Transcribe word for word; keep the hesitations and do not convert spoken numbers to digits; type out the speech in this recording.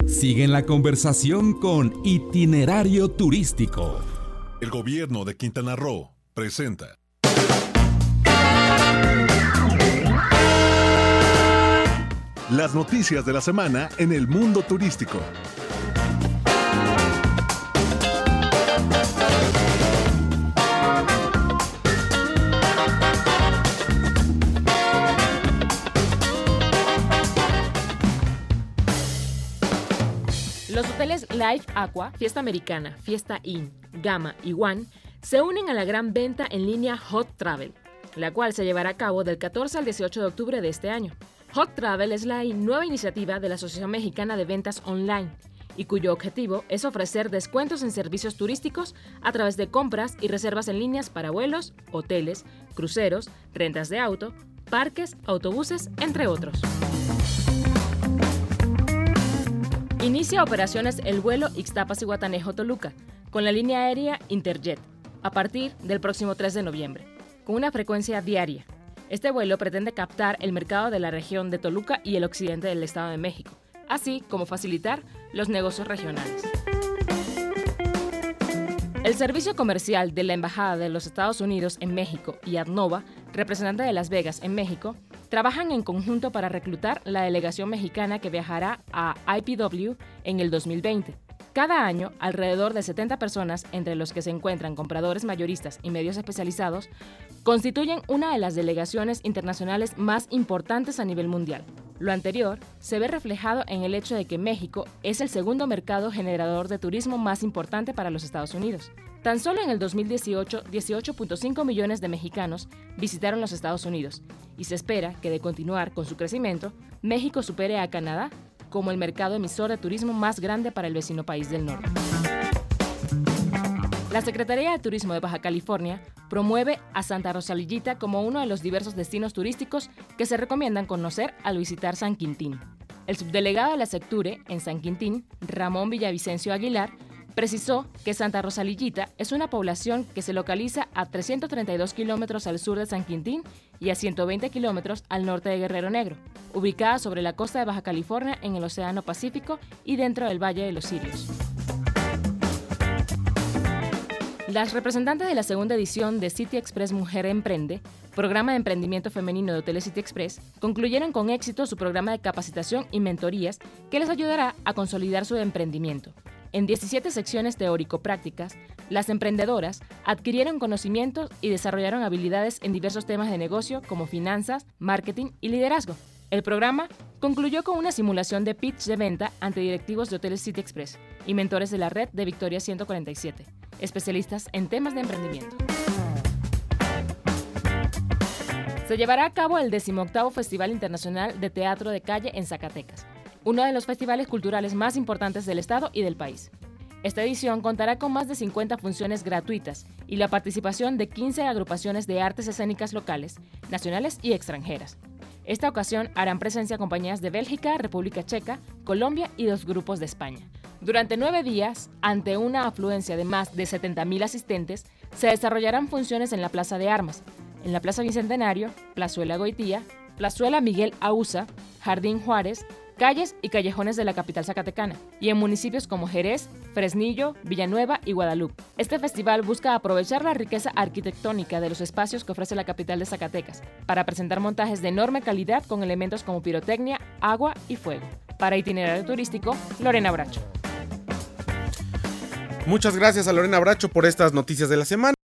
Sigue en la conversación con Itinerario Turístico. El gobierno de Quintana Roo presenta. Las noticias de la semana en el mundo turístico. Los hoteles Life Aqua, Fiesta Americana, Fiesta Inn, Gamma y One se unen a la gran venta en línea Hot Travel, la cual se llevará a cabo del catorce al dieciocho de octubre de este año. Hot Travel es la nueva iniciativa de la Asociación Mexicana de Ventas Online y cuyo objetivo es ofrecer descuentos en servicios turísticos a través de compras y reservas en líneas para vuelos, hoteles, cruceros, rentas de auto, parques, autobuses, entre otros. Inicia operaciones el vuelo Ixtapas-Zihuatanejo-Toluca con la línea aérea Interjet a partir del próximo tres de noviembre, con una frecuencia diaria. Este vuelo pretende captar el mercado de la región de Toluca y el occidente del Estado de México, así como facilitar los negocios regionales. El servicio comercial de la Embajada de los Estados Unidos en México y Adnova, representante de Las Vegas en México, trabajan en conjunto para reclutar la delegación mexicana que viajará a I P W en el dos mil veinte. Cada año, alrededor de setenta personas, entre los que se encuentran compradores mayoristas y medios especializados, constituyen una de las delegaciones internacionales más importantes a nivel mundial. Lo anterior se ve reflejado en el hecho de que México es el segundo mercado generador de turismo más importante para los Estados Unidos. Tan solo en el dos mil dieciocho, dieciocho punto cinco millones de mexicanos visitaron los Estados Unidos y se espera que, de continuar con su crecimiento, México supere a Canadá como el mercado emisor de turismo más grande para el vecino país del norte. La Secretaría de Turismo de Baja California promueve a Santa Rosalillita como uno de los diversos destinos turísticos que se recomiendan conocer al visitar San Quintín. El subdelegado de la Secture en San Quintín, Ramón Villavicencio Aguilar, precisó que Santa Rosalillita es una población que se localiza a trescientos treinta y dos kilómetros al sur de San Quintín y a ciento veinte kilómetros al norte de Guerrero Negro, ubicada sobre la costa de Baja California en el Océano Pacífico y dentro del Valle de los Cirios. Las representantes de la segunda edición de City Express Mujer Emprende, programa de emprendimiento femenino de Hoteles City Express, concluyeron con éxito su programa de capacitación y mentorías que les ayudará a consolidar su emprendimiento. En diecisiete secciones teórico-prácticas, las emprendedoras adquirieron conocimientos y desarrollaron habilidades en diversos temas de negocio como finanzas, marketing y liderazgo. El programa concluyó con una simulación de pitch de venta ante directivos de Hoteles City Express y mentores de la red de Victoria ciento cuarenta y siete, especialistas en temas de emprendimiento. Se llevará a cabo el decimoctavo Festival Internacional de Teatro de Calle en Zacatecas, uno de los festivales culturales más importantes del estado y del país. Esta edición contará con más de cincuenta funciones gratuitas y la participación de quince agrupaciones de artes escénicas locales, nacionales y extranjeras. Esta ocasión harán presencia compañías de Bélgica, República Checa, Colombia y dos grupos de España. Durante nueve días, ante una afluencia de más de setenta mil asistentes, se desarrollarán funciones en la Plaza de Armas, en la Plaza Bicentenario, Plazuela Goitía, Plazuela Miguel Auza, Jardín Juárez, calles y callejones de la capital zacatecana, y en municipios como Jerez, Fresnillo, Villanueva y Guadalupe. Este festival busca aprovechar la riqueza arquitectónica de los espacios que ofrece la capital de Zacatecas, para presentar montajes de enorme calidad con elementos como pirotecnia, agua y fuego. Para Itinerario Turístico, Lorena Bracho. Muchas gracias a Lorena Bracho por estas noticias de la semana.